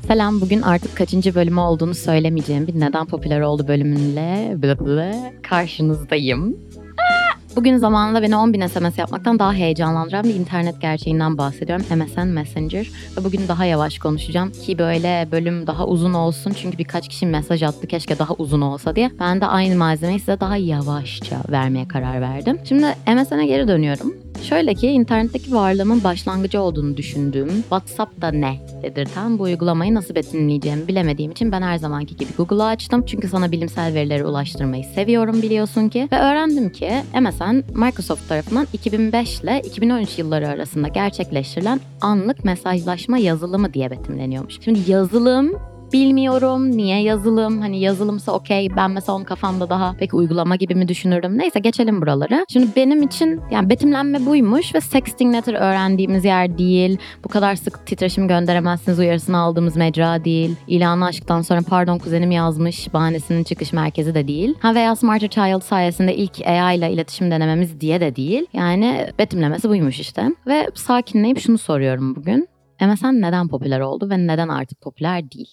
Selam, bugün artık kaçıncı bölümü olduğunu söylemeyeceğim bir neden popüler oldu bölümünle karşınızdayım. Bugün zamanında beni 10.000 SMS yapmaktan daha heyecanlandıran bir internet gerçeğinden bahsediyorum. MSN Messenger. Ve bugün daha yavaş konuşacağım ki böyle bölüm daha uzun olsun. Çünkü birkaç kişi mesaj attı keşke daha uzun olsa diye. Ben de aynı malzemeyi size daha yavaşça vermeye karar verdim. Şimdi MSN'e geri dönüyorum. Şöyle ki internetteki varlığımın başlangıcı olduğunu düşündüğüm WhatsApp'ta ne dedirten bu uygulamayı nasıl betimleyeceğimi bilemediğim için ben her zamanki gibi Google'u açtım. Çünkü sana bilimsel verileri ulaştırmayı seviyorum biliyorsun ki. Ve öğrendim ki MSN Microsoft tarafından 2005 ile 2013 yılları arasında gerçekleştirilen anlık mesajlaşma yazılımı diye betimleniyormuş. Şimdi yazılım bilmiyorum. Niye yazılım? Hani yazılımsa okey. Ben mesela onun kafamda daha peki uygulama gibi mi düşünürdüm? Neyse geçelim buraları. Şimdi benim için yani betimlenme buymuş ve sexting nedir öğrendiğimiz yer değil. Bu kadar sık titreşim gönderemezsiniz uyarısını aldığımız mecra değil. İlanı aşktan sonra pardon kuzenim yazmış bahanesinin çıkış merkezi de değil. Ha veya Smarter Child sayesinde ilk AI ile iletişim denememiz diye de değil. Yani betimlemesi buymuş işte. Ve sakinleyip şunu soruyorum bugün. MSN neden popüler oldu ve neden artık popüler değil?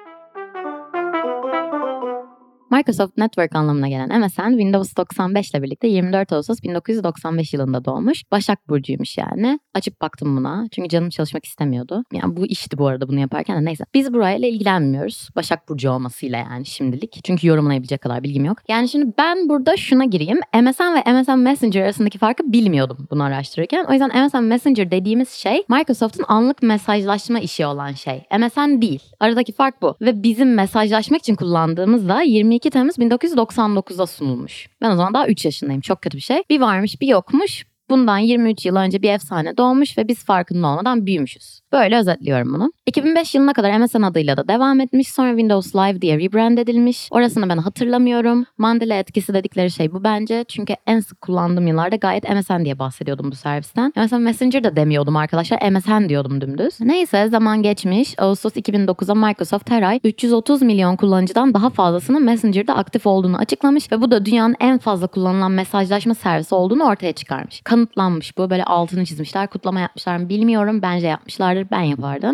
Microsoft Network anlamına gelen MSN, Windows 95 ile birlikte 24 Ağustos 1995 yılında doğmuş. Başak Burcu'ymuş yani. Açıp baktım buna. Çünkü canım çalışmak istemiyordu. Yani bu işti bu arada bunu yaparken de neyse. Biz burayla ilgilenmiyoruz. Başak Burcu olmasıyla yani şimdilik. Çünkü yorumlayabilecek kadar bilgim yok. Yani şimdi ben burada şuna gireyim. MSN ve MSN Messenger arasındaki farkı bilmiyordum bunu araştırırken. O yüzden MSN Messenger dediğimiz şey Microsoft'un anlık mesajlaşma işi olan şey. MSN değil. Aradaki fark bu. Ve bizim mesajlaşmak için kullandığımız da 22 Temmuz 1999'da sunulmuş. Ben o zaman daha 3 yaşındayım. Çok kötü bir şey. Bir varmış bir yokmuş. Bundan 23 yıl önce bir efsane doğmuş ve biz farkında olmadan büyümüşüz. Böyle özetliyorum bunu. 2005 yılına kadar MSN adıyla da devam etmiş. Sonra Windows Live diye rebrand edilmiş. Orasını ben hatırlamıyorum. Mandela etkisi dedikleri şey bu bence. Çünkü en sık kullandığım yıllarda gayet MSN diye bahsediyordum bu servisten. MSN Messenger de demiyordum arkadaşlar. MSN diyordum dümdüz. Neyse zaman geçmiş. Ağustos 2009'a Microsoft her ay 330 milyon kullanıcıdan daha fazlasının Messenger'da aktif olduğunu açıklamış. Ve bu da dünyanın en fazla kullanılan mesajlaşma servisi olduğunu ortaya çıkarmış. Kanıtlanmış bu. Böyle altını çizmişler. Kutlama yapmışlar mı bilmiyorum. Bence yapmışlardır. Ben yapardım.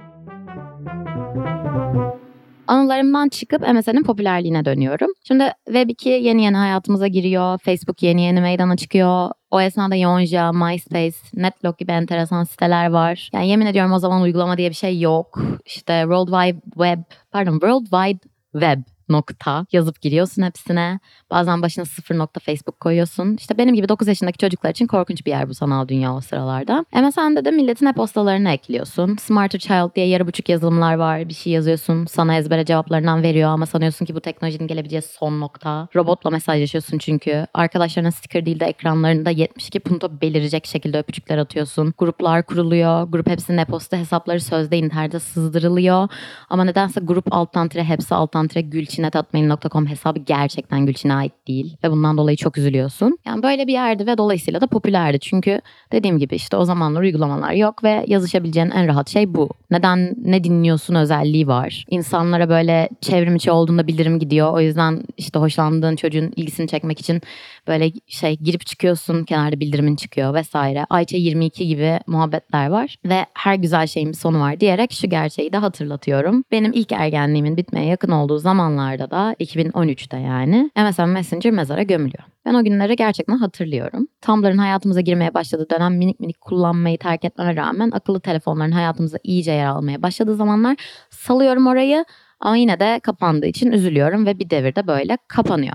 Anılarımdan çıkıp MSN'in popülerliğine dönüyorum. Şimdi Web 2 yeni hayatımıza giriyor. Facebook yeni meydana çıkıyor. O esnada Yonca, MySpace, Netlog gibi enteresan siteler var. Yani yemin ediyorum o zaman uygulama diye bir şey yok. İşte World Wide Web nokta yazıp giriyorsun hepsine. Bazen başına 0 Facebook koyuyorsun. İşte benim gibi 9 yaşındaki çocuklar için korkunç bir yer bu sanal dünya o sıralarda. MSN'de de milletin e-postalarını ekliyorsun. Smarter Child diye yarı buçuk yazılımlar var. Bir şey yazıyorsun. Sana ezbere cevaplarından veriyor ama sanıyorsun ki bu teknolojinin gelebileceği son nokta. Robotla mesajlaşıyorsun çünkü. Arkadaşlarına sticker değil de ekranlarında 72 punto belirecek şekilde öpücükler atıyorsun. Gruplar kuruluyor. Grup hepsinin e-posta hesapları sözde internete sızdırılıyor. Ama nedense grup hepsi gülçin@hotmail.com hesabı gerçekten Gülçin'e ait değil. Ve bundan dolayı çok üzülüyorsun. Yani böyle bir yerdi ve dolayısıyla da popülerdi. Çünkü dediğim gibi işte o zamanlar uygulamalar yok ve yazışabileceğin en rahat şey bu. Neden ne dinliyorsun özelliği var. İnsanlara böyle çevrim içi olduğunda bildirim gidiyor. O yüzden işte hoşlandığın çocuğun ilgisini çekmek için böyle girip çıkıyorsun. Kenarda bildirimin çıkıyor vesaire. Ayça 22 gibi muhabbetler var. Ve her güzel şeyin bir sonu var diyerek şu gerçeği de hatırlatıyorum. Benim ilk ergenliğimin bitmeye yakın olduğu zamanlarda da 2013'te yani MSN Messenger mezara gömülüyor. Ben o günleri gerçekten hatırlıyorum. Tumblr'ın hayatımıza girmeye başladığı dönem minik kullanmayı terk etmeme rağmen akıllı telefonların hayatımıza iyice yer almaya başladığı zamanlar salıyorum orayı ama yine de kapandığı için üzülüyorum ve bir devirde böyle kapanıyor.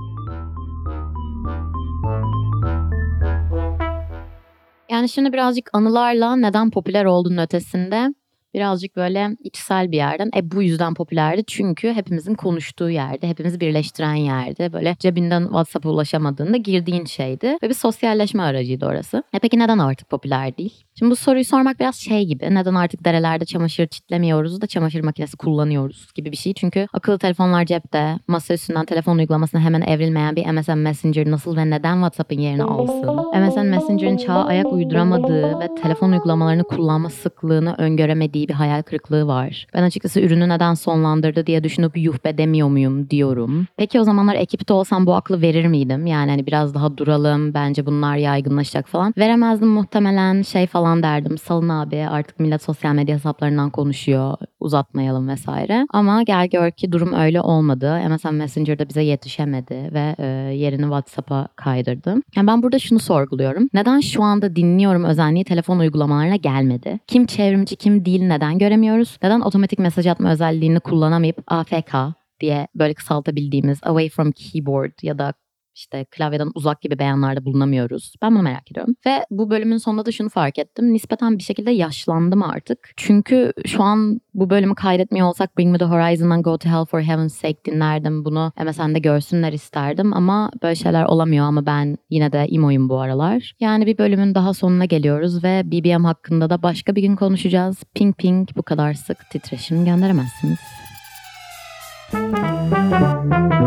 Yani şimdi birazcık anılarla neden popüler olduğunun ötesinde birazcık böyle içsel bir yerden. Bu yüzden popülerdi çünkü hepimizin konuştuğu yerde, hepimizi birleştiren yerde. Böyle cebinden WhatsApp'a ulaşamadığında girdiğin şeydi ve bir sosyalleşme aracıydı orası. Peki neden artık popüler değil? Şimdi bu soruyu sormak biraz gibi. Neden artık derelerde çamaşır çitlemiyoruz da çamaşır makinesi kullanıyoruz gibi bir şey. Çünkü akıllı telefonlar cepte, masa üstünden telefon uygulamasına hemen evrilmeyen bir MSN Messenger nasıl ve neden WhatsApp'ın yerini alsın? MSN Messenger'ın çağa ayak uyduramadığı ve telefon uygulamalarını kullanma sıklığını öngöremediği bir hayal kırıklığı var. Ben açıkçası ürünü neden sonlandırdı diye düşünüp yuh be demiyor muyum diyorum. Peki o zamanlar ekipte olsam bu aklı verir miydim? Yani hani biraz daha duralım, bence bunlar yaygınlaşacak falan. Veremezdim muhtemelen falan derdim. Salın abi artık millet sosyal medya hesaplarından konuşuyor. uzatmayalım vesaire. Ama gel gör ki durum öyle olmadı. MSN Messenger'da bize yetişemedi ve yerini WhatsApp'a kaydırdı. Yani ben burada şunu sorguluyorum. Neden şu anda dinliyorum özelliği telefon uygulamalarına gelmedi? Kim çevrimçi, kim değil, neden göremiyoruz? Neden otomatik mesaj atma özelliğini kullanamayıp AFK diye böyle kısaltabildiğimiz away from keyboard ya da işte klavyeden uzak gibi beyanlarda bulunamıyoruz. Ben bunu merak ediyorum. Ve bu bölümün sonunda da şunu fark ettim. Nispeten bir şekilde yaşlandım artık. Çünkü şu an bu bölümü kaydetmiyor olsak Bring Me The Horizon'dan Go To Hell For Heaven's Sake dinlerdim. Bunu MSN'de görsünler isterdim ama böyle şeyler olamıyor ama ben yine de emo'yum bu aralar. Yani bir bölümün daha sonuna geliyoruz ve BBM hakkında da başka bir gün konuşacağız. Ping ping bu kadar sık titreşim gönderemezsiniz.